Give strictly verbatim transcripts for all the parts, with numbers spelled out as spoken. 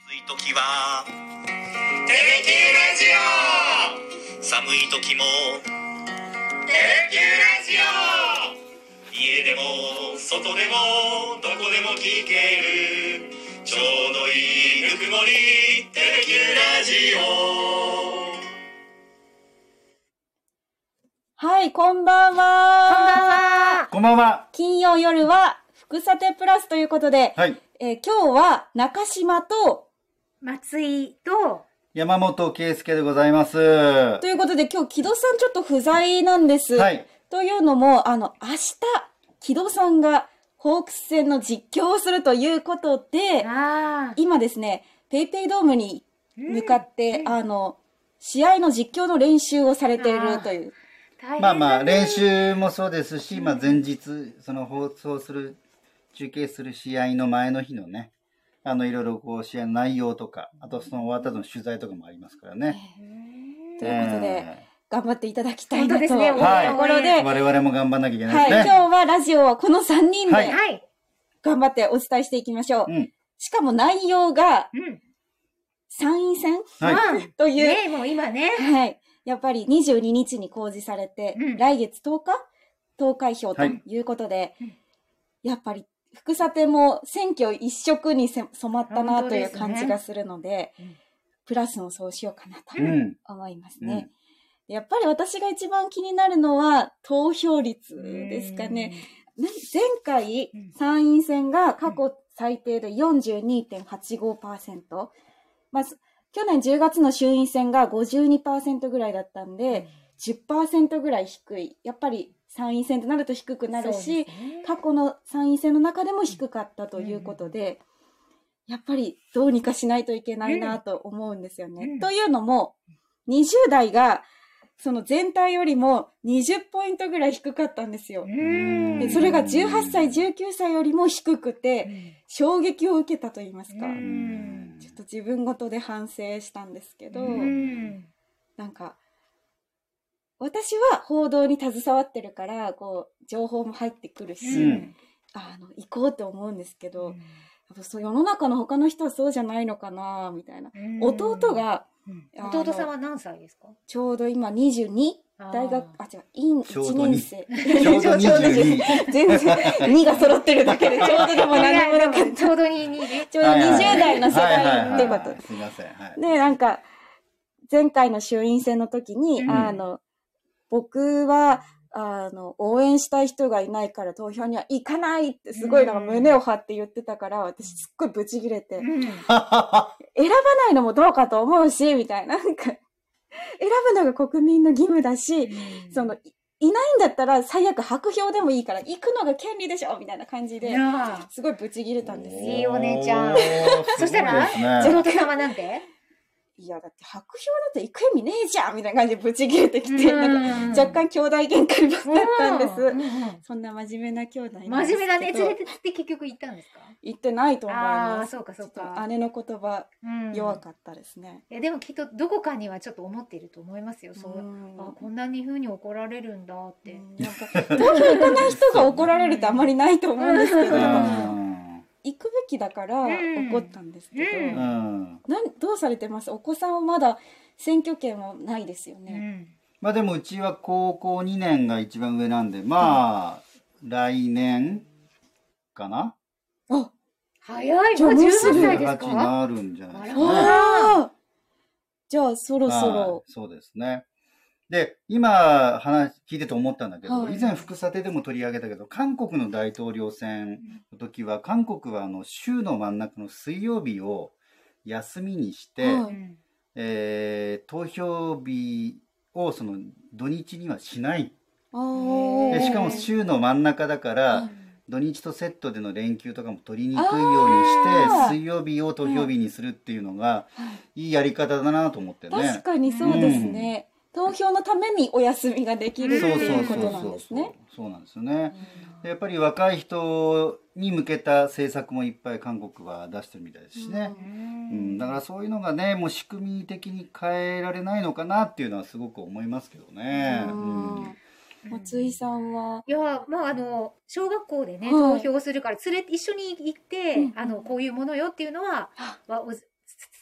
暑い時はテレキューラジオ、寒い時もテレキューラジオ、家でも外でもどこでも聞けるちょうどいいぬくもり、テレキューラジオ。 はい、こんばんは。 こんばんは。こんばんは。 金曜夜は福さてプラスということで、 はい。 えー今日は中島と松井と山本圭介でございます。 ということで今日木戸さんちょっと不在なんです。 はい。 というのも、あの、明日、木戸さんがホークス戦の実況をするということで、 あ今ですね、ペイペイドームに向かって、うん、あの、試合の実況の練習をされているという。 まあまあ、練習もそうですし、うん、まあ前日、その放送する、中継する試合の前の日のね、あの、いろいろこう、試合の内容とか、あとその終わった後の取材とかもありますからね。 ということで、えー頑張っていただきたいなというところで、 はい、我々も頑張んなきゃいけないですね。 はい、今日はラジオはこのさんにんで、 はい、 頑張ってお伝えしていきましょう。 うん、 しかも内容が、うん、参院選、 はい、 という、 ね、もう今ね、 はい、やっぱりにじゅうににちに公示されて、うん、来月とおか投開票ということで、はい、やっぱり福さても選挙一色に染まったなという感じがするので、でね、プラスもそうしようかなと思いますね。うんうん、やっぱり私が一番気になるのは投票率ですかね。前回参院選が過去最低で よんじゅうにてんはちごパーセント。まあ、去年じゅうがつの衆院選が ごじゅうにパーセント ぐらいだったんで、じゅっパーセント ぐらい低い。やっぱり参院選となると低くなるし、ね、過去の参院選の中でも低かったということで、やっぱりどうにかしないといけないなと思うんですよね。うん、というのも、にじゅう代がその全体よりもにじゅうポイントぐらい低かったんですよ。でそれがじゅうはっさい、じゅうきゅうさいよりも低くて、衝撃を受けたと言いますか。ちょっと自分ごとで反省したんですけど、なんか、私は報道に携わってるから、こう、情報も入ってくるし、うん、あの、行こうと思うんですけど、うん、やっぱそう世の中の他の人はそうじゃないのかな、みたいな。弟が、 うん、弟さんは何歳ですか？ ちょうど今にじゅうに、大学、あ、違う、院いちねん生。 ちょうどに。ちょうどにじゅうに。 全然、にが揃ってるだけで、ちょうどでも何もなかった。 ちょうどに、にね。 ちょうどにじゅう代の世代ってこと。 すいません。はい、 で、なんか、前回の衆院選の時に、うん、あの、僕は、あの、応援したい人がいないから投票には行かないってすごいなんか胸を張って言ってたから、私すっごいブチ切れて、うん、選ばないのもどうかと思うし、みたいな。なんか、選ぶのが国民の義務だし、うん、その、いないんだったら最悪白票でもいいから行くのが権利でしょみたいな感じで、すごいブチ切れたんですよ。 いいお姉ちゃん。そしたら、弟さんはなんて？ いや、だって白票だって行く意味ねえじゃんみたいな感じでブチ切れてきて、なんか若干兄弟喧嘩になったんです。うんうん、そんな真面目な兄弟なんですけど。 真面目なね、連れてって結局行ったんですか？ 行ってないと思います。 ああ、そうかそうか。 姉の言葉、うん、弱かったですね。 いや、でもきっとどこかにはちょっと思っていると思いますよ。そう、うん、あ、こんなに風に怒られるんだって。うん、 なんか、投票行かない人が怒られるってあんまりないと思うんですけど、行くべきだから怒ったんですけど、うん、なんどうされてます？お子さんはまだ選挙権もないですよね。うん、 まあでもうちは高校にねんが一番上なんで、まあ、うん、来年かな。 あ、 早い。もうじゅうはっさいですか？じゅうはちになるんじゃないですかね。 あ、じゃあそろそろ、 はい、そうですね。で、今話聞いてて思ったんだけど、はい、以前福さてでも取り上げたけど、韓国の大統領選の時は、韓国はあの週の真ん中の水曜日を休みにして、はい、えー、投票日をその土日にはしない。でしかも週の真ん中だから、土日とセットでの連休とかも取りにくいようにして、水曜日を投票日にするっていうのが、いいやり方だなと思ってね。 確かにそうですね。うん、投票のためにお休みができるっていうことなんですね。 そうなんですよね。やっぱり若い人に向けた政策もいっぱい韓国は出してるみたいですしね。うん、だからそういうのがね、もう仕組み的に変えられないのかなっていうのはすごく思いますけどね。うん、 松井さんは、 いや、まああの小学校でね、投票するから連れ一緒に行って、うん、あのこういうものよっていうのは、は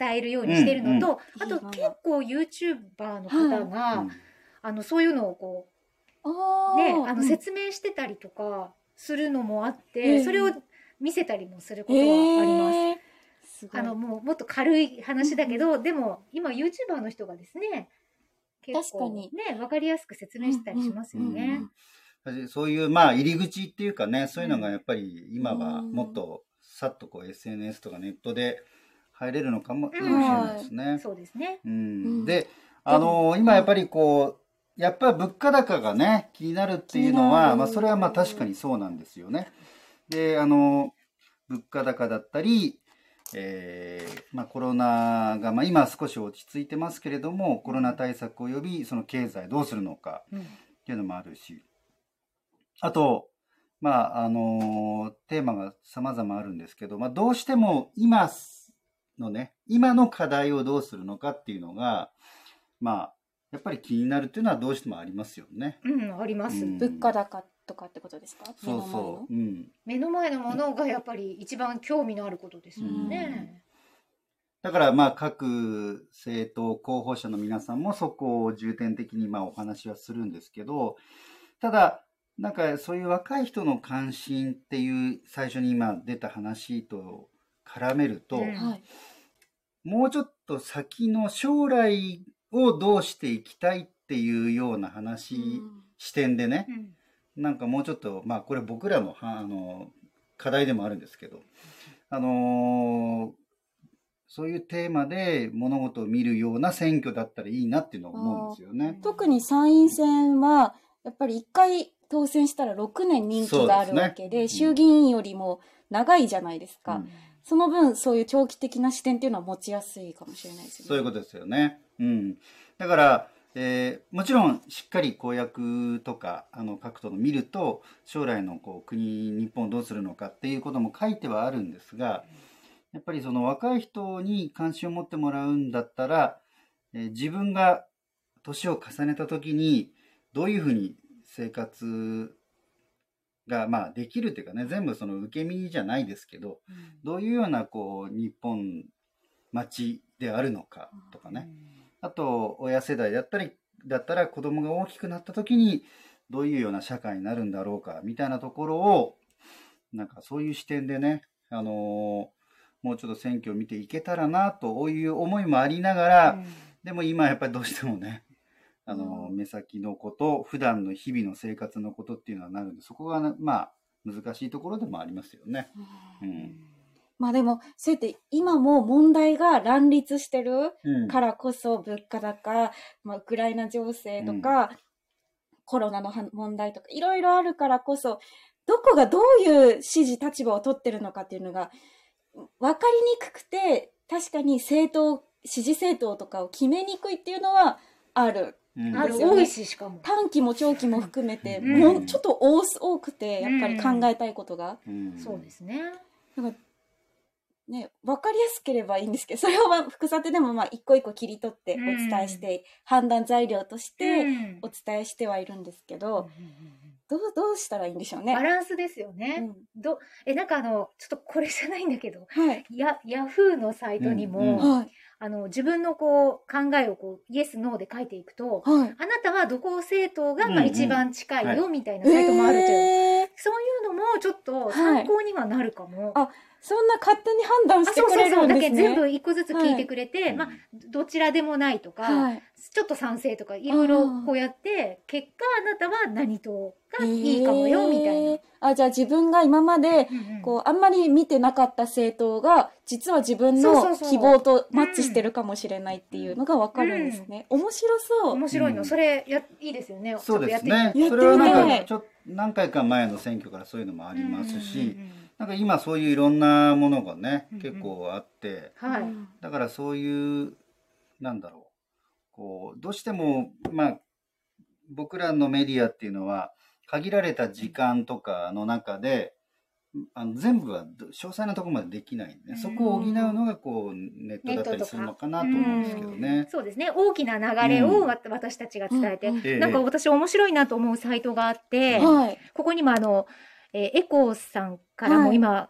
伝えるようにしてるのと、 うんあと結構 YouTuber の方が、 うんあのそういうのをこあうねあのうん説明してたりとかするのもあって、 へーそれを見せたりもすることはあります。 へーすごいあのもうもっと軽い話だけど、でも今 YouTuber の人がですね結構確かにね分かりやすく説明したりしますよね。 そういう、まあ、入り口っていうかね、そういうのがやっぱり今はもっとさっとこう エスエヌエス とかネットで入れるのかもしれないですね。 そうですね。 うんうんで、あのー今やっぱりこう、やっぱり物価高がね、気になるっていうのは、 気になるまあそれはまあ確かにそうなんですよね。で、あのー物価高だったり、えーまあコロナが、まあ今少し落ち着いてますけれども、コロナ対策及びその経済どうするのかうんっていうのもあるし、あと、まあ、あのーテーマが様々あるんですけど、まあ、どうしても今のね、今の課題をどうするのかっていうのが、まあ、やっぱり気になるっていうのはどうしてもありますよね。 うん、あります。 うん物価高とかってことですか？目そうの前のそう。うん。 目の前のものがやっぱり一番興味のあることですよね。 だからまあ各政党候補者の皆さんもそこを重点的にまあお話はするんですけど、ただなんかそういう若い人の関心っていう最初に今出た話と絡めると、 うんはい。 もうちょっと先の将来をどうしていきたいっていうような話、 うん視点でね、 うんなんかもうちょっとまあこれ僕らのはあの課題でもあるんですけど、あのーそういうテーマで物事を見るような選挙だったらいいなっていうのを思うんですよね。 特に参院選はやっぱりいっかい当選したらろくねん任期があるわけで、 そうですね衆議院よりも長いじゃないですか。 うんその分そういう長期的な視点っていうのは持ちやすいかもしれないですよね。 そういうことですよね。うん。だから、えーもちろんしっかり公約とかあの各党の見ると将来のこう国日本をどうするのかっていうことも書いてはあるんですが、やっぱりその若い人に関心を持ってもらうんだったら、えー自分が年を重ねた時にどういうふうに生活がまあできるというかね、全部その受け身じゃないですけど、どういうようなこう日本町であるのかとかね、あと親世代だったりだったら子供が大きくなった時にどういうような社会になるんだろうかみたいなところをなんかそういう視点でね、あのーもうちょっと選挙を見ていけたらなという思いもありながら、でも今やっぱりどうしてもね、あのー目先のこと普段の日々の生活のことっていうのはなるんで、そこがなまあ難しいところでもありますよね。うんまあでもそうやって今も問題が乱立してるうんからこそ物価高、まあ、ウクライナ情勢とか、コロナのは問題とかいろいろあるからこそどこがどういう支持立場を取ってるのかっていうのが分かりにくくて、確かに政党支持政党とかを決めにくいっていうのはある。 うんある、 ですよね多いし、しかも。 短期も長期も含めて、 うんもうちょっと多す多くてやっぱり考えたいことが、 うんそうですね。 だからね、分かりやすければいいんですけど、それをまあ副査定でもまあ一個一個切り取ってお伝えして、 うん判断材料としてうんお伝えしてはいるんですけど、どうどうしたらいいんでしょうね。 バランスですようね。 んどえなんかあのちょっとこれじゃないんだけど、 はいヤヤフーのサイトにも、 うんはいあの自分のこう考えをこうイエスノーで書いていくと、 はい。 あなたはどこ政党がうんうんまあ一番近いはよみたいなサイトもあるじゃん。 えーそういうのもちょっと参考にはなるかも。 あそんな勝手に判断あしてくそうそうそう。 れるんですだけど全ね。 部一個ずつ聞いてくれて、 はいまあどちらでもないとか、 はい。 ちょっと賛成とかいろいろこうやって結果あなたは何党がいいかもよみたいな。 えーあじゃあ自分が今までうんうんこうあんまり見てなかった政党が実は自分のそうそうそう希望とマッチしてるかもしれないっていうのが分かるんですね。面白そう。 面白いの、 うんそれやいいですよね。 そうですちょっねとやってみて。 それはなんやってみたいかちょっと何回か前の選挙からそういうのもありますし、 うんうんうんなんか今そういういろんなものがね、 うんうん結構あって、 はい。 うんだからそういうなんだろう、こうどうしてもまあ僕らのメディアっていうのは限られた時間とかの中であの全部は詳細なところまでできないんで、ね、そこを補うのがこうネットだったりするのかなと思うんですけどね。 そうですね。大きな流れをうんわ私たちが伝えて、 うんええなんか私面白いなと思うサイトがあって、 はい。 ここにもあの、えーエコーさんからはいも今、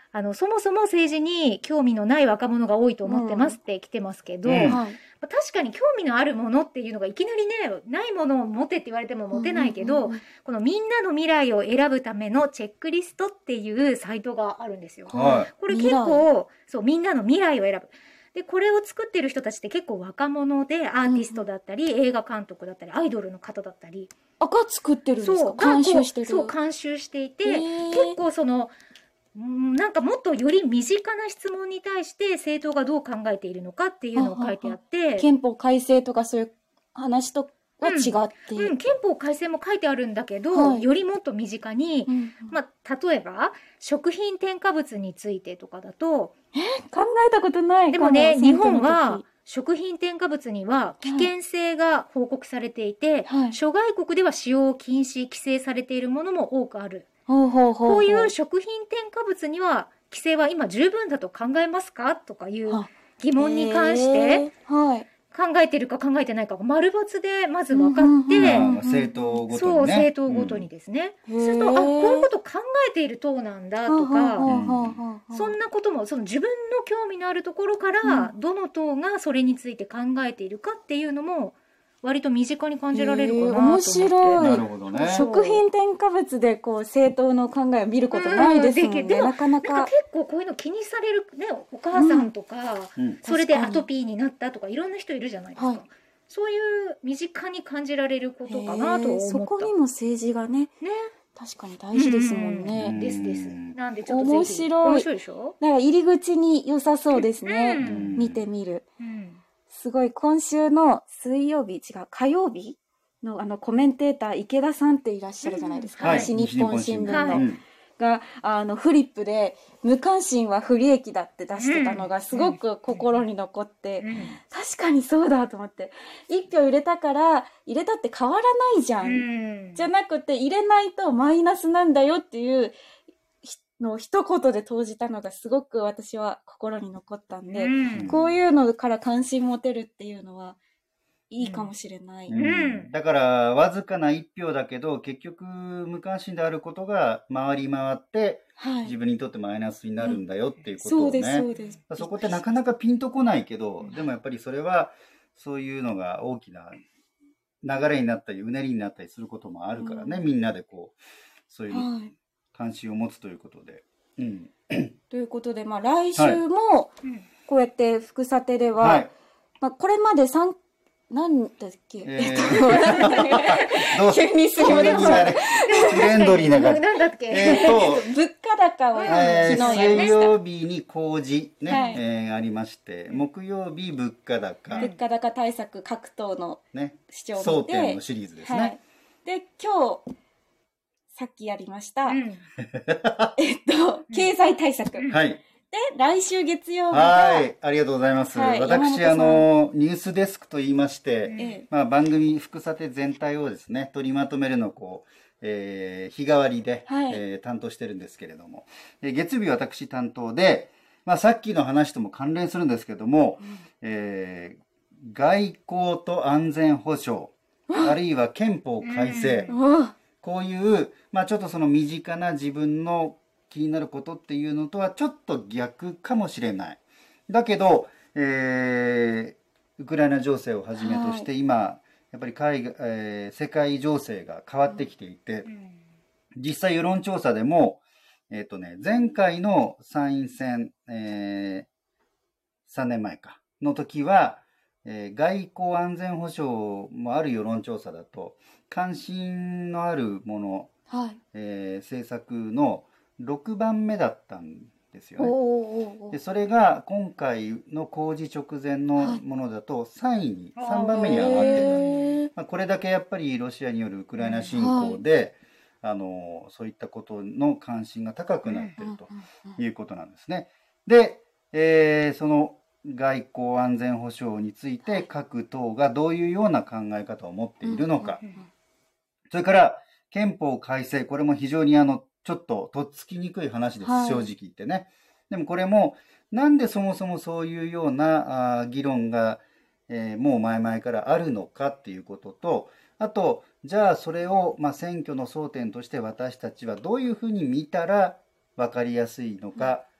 あのそもそも政治に興味のない若者が多いと思ってますって来てますけど、 うんはい。 まあ確かに興味のあるものっていうのがいきなりねないものを持てって言われても持てないけど、 うんうんうんこのみんなの未来を選ぶためのチェックリストっていうサイトがあるんですよ。 はい。 これ結構そうみんなの未来を選ぶ。でこれを作ってる人たちって結構若者でアーティストだったり、映画監督だったりアイドルの方だったり、 あ、が作ってるんですそうか？監修してる。 そう監修していて、 へー結構そのうんなんかもっとより身近な質問に対して政党がどう考えているのかっていうのを書いてあって、 憲法改正とかそういう話とは違って、 うん、憲法改正も書いてあるんだけど、 はいよりもっと身近に、 うんまあ、例えば食品添加物についてとかだと考えたことない。 でもねこの日本選挙のは時食品添加物には危険性が報告されていて、 はい諸外国では使用禁止規制されているものも多くある。 ほうほうほうほうこういう食品添加物には規制は今十分だと考えますかとかいうあ疑問に関してへーはい。 考えてるか考えてないかが丸×でまず分かって、 うんうんうんまあ政党ごとにね。 そう政党ごとにですね、 うんするとへーあこういうこと考えている党なんだとか、 ほうほうほうほうほうそんなこともその自分の興味のあるところから、どの党がそれについて考えているかっていうのも割と身近に感じられるかなと思って、 へー面白いなるほどね。 そう食品添加物でこう政党の考えを見ることないですもんね。 うんででもなかなか。 なんか結構こういうの気にされるねお母さんとか、 うんそれで確かにアトピーになったとかいろんな人いるじゃないですか、 はいそういう身近に感じられることかなと思った。 へーそこにも政治がね、 ね確かに大事ですもんうね。 んですです。なんでちょっとぜひ面白い面白いでしょ？ だから入り口に良さそうですね。 うん見てみる。 うんすごい今週の水曜日、違う、火曜日のあのコメンテーター池田さんっていらっしゃるじゃないですか。 はい西日本新聞の。 はいうんが、あの、フリップで、無関心は不利益だって出してたのがすごく心に残って、 うん確かにそうだと思って、一票入れたから、入れたって変わらないじゃん。 うんじゃなくて、入れないとマイナスなんだよっていうひのを一言で投じたのがすごく私は心に残ったんで、 うんこういうのから関心持てるっていうのはいいかもしれない。 うんうんだからわずかな一票だけど結局無関心であることが回り回ってはい。 自分にとってマイナスになるんだよっていうことをそうです、そね。 うです。 そこってなかなかピンとこないけど、でもやっぱりそれはそういうのが大きな流れになったりうねりになったりすることもあるからね、 うんみんなでこうそういうはい。 関心を持つということで。うん。 ということで、まあ来週も、 うんこうやって福さてでは、 はい。 まあこれまで三なんだっけ、 えーとどう急にすいません急にあれフレンドリーな感じ。 なんだっけ、 えっと、 物価高をえー昨日やりま水した。 曜日に公示ね、 はいえーありまして、木曜日物価高、 物価高対策各党のね、 主張を争見て、 点のシリーズですね。 はい。で、今日、さっきやりました、 うんえっと、経済対策。で、 はい。 来週月曜日が、 はい。ありがとうございます。 はい山本私、 さんあの、ニュースデスクと言いまして、 うんええまあ、番組、福さて全体をですね、取りまとめるのをこう、えー日替わりで、 はいえー担当してるんですけれども、で月曜日私担当で、まあ、さっきの話とも関連するんですけども、えー外交と安全保障、あるいは憲法改正、 ううわこういう、まあ、ちょっとその身近な自分の気になることっていうのとはちょっと逆かもしれない。だけど、えーウクライナ情勢をはじめとして今、やっぱり海外、えー世界情勢が変わってきていて、 うん実際世論調査でも、えっ、とね、前回の参院選、えーさんねんまえか、の時は、えー外交安全保障もある世論調査だと、関心のあるもの、 はい。 えー政策のろくばんめだったんですよおーね。 おーおーでそれが今回の公示直前のものだとさんいに、 はいさんばんめに上がってた。 へーまあ、これだけやっぱりロシアによるウクライナ侵攻で、あのそういったことの関心が高くなっているということなんですね。で、えーその外交安全保障について各党がどういうような考え方を持っているのか、それから憲法改正、これも非常にあのちょっととっつきにくい話です、 はい正直言ってね。でもこれもなんでそもそもそういうようなあー議論が、えーもう前々からあるのかっていうことと、あとじゃあそれを、まあ、選挙の争点として私たちはどういうふうに見たら分かりやすいのか、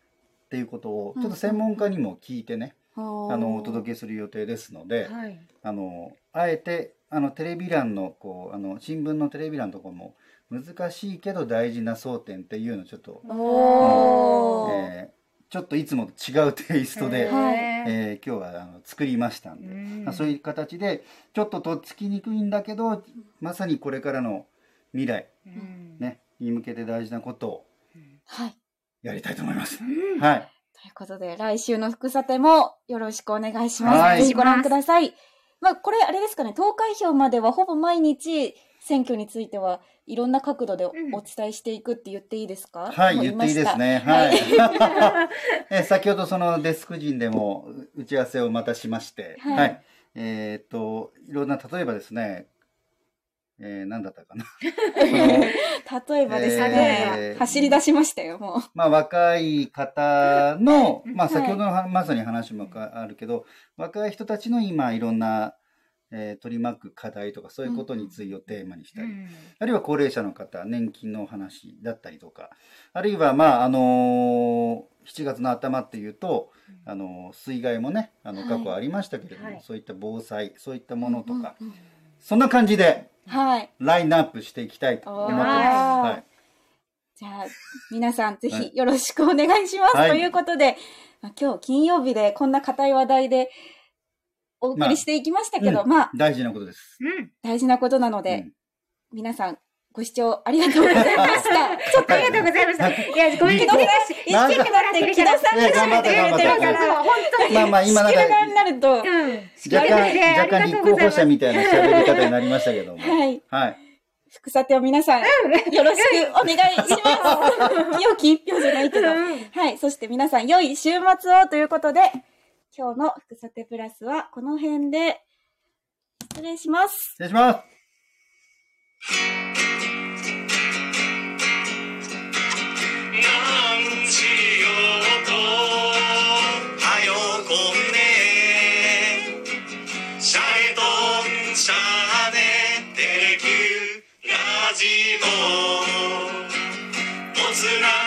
っていうことをちょっと専門家にも聞いてね、あのお届けする予定ですので、はい、あのあえてあのテレビ欄のこうあの新聞のテレビ欄のところも難しいけど大事な争点っていうのをちょっと、うんえー、ちょっといつもと違うテイストで、えー、今日はあの作りましたんで、うん、そういう形でちょっととっつきにくいんだけどまさにこれからの未来、うん、ね、に向けて大事なことをやりたいと思います。うん、はい。 ということで来週の福さてもよろしくお願いします。はい、ぜひご覧ください。まあこれあれですかね、投開票まではほぼ毎日選挙についてはいろんな角度でお伝えしていくって言っていいですか？ うん、はい、言っていいですね。はい。え先ほどそのデスク陣でも打ち合わせをまたしまして、はい。はい、えっといろんな例えばですね、えー、何だったかな。 例えばですね、えー、走り出しましたよ、もう。 まあ、若い方の、まあ、先ほどのまさに話もあるけど、はい、若い人たちの今、いろんな、えー、取り巻く課題とか、そういうことについてをテーマにしたり、うん、あるいは高齢者の方、年金の話だったりとか、あるいは、まあ、あのー、しちがつの頭っていうと、あのー、水害もね、あの、過去ありましたけれども、はい、そういった防災、そういったものとか、うんうんうん、そんな感じで、はい、ラインナップしていきたいと思ってます。はい、 じゃあ皆さんぜひよろしくお願いします、はい、ということで、まあ、今日金曜日でこんな固い話題でお送りしていきましたけど、まあ、 まあ、大事なことです、 うん、大事なことなので、うん、皆さんご視聴ありがとうございました。 ちょっとありがとうございました。いや、ごめんなさい。意識がだって木戸さんが頑張って頑張ってるから、本当に。まあまあ今なんか、 になると、若干、若干立候補者みたいな喋り方になりましたけども。はい。はい。 福さてを皆さん、よろしくお願いします。清き一票じゃないけど。はい。そして皆さん、良い週末をということで、今日の福さてプラスはこの辺で、失礼します。 失礼します。 なんしようとはよこんねシャレとんシャネテレキューラジオもつな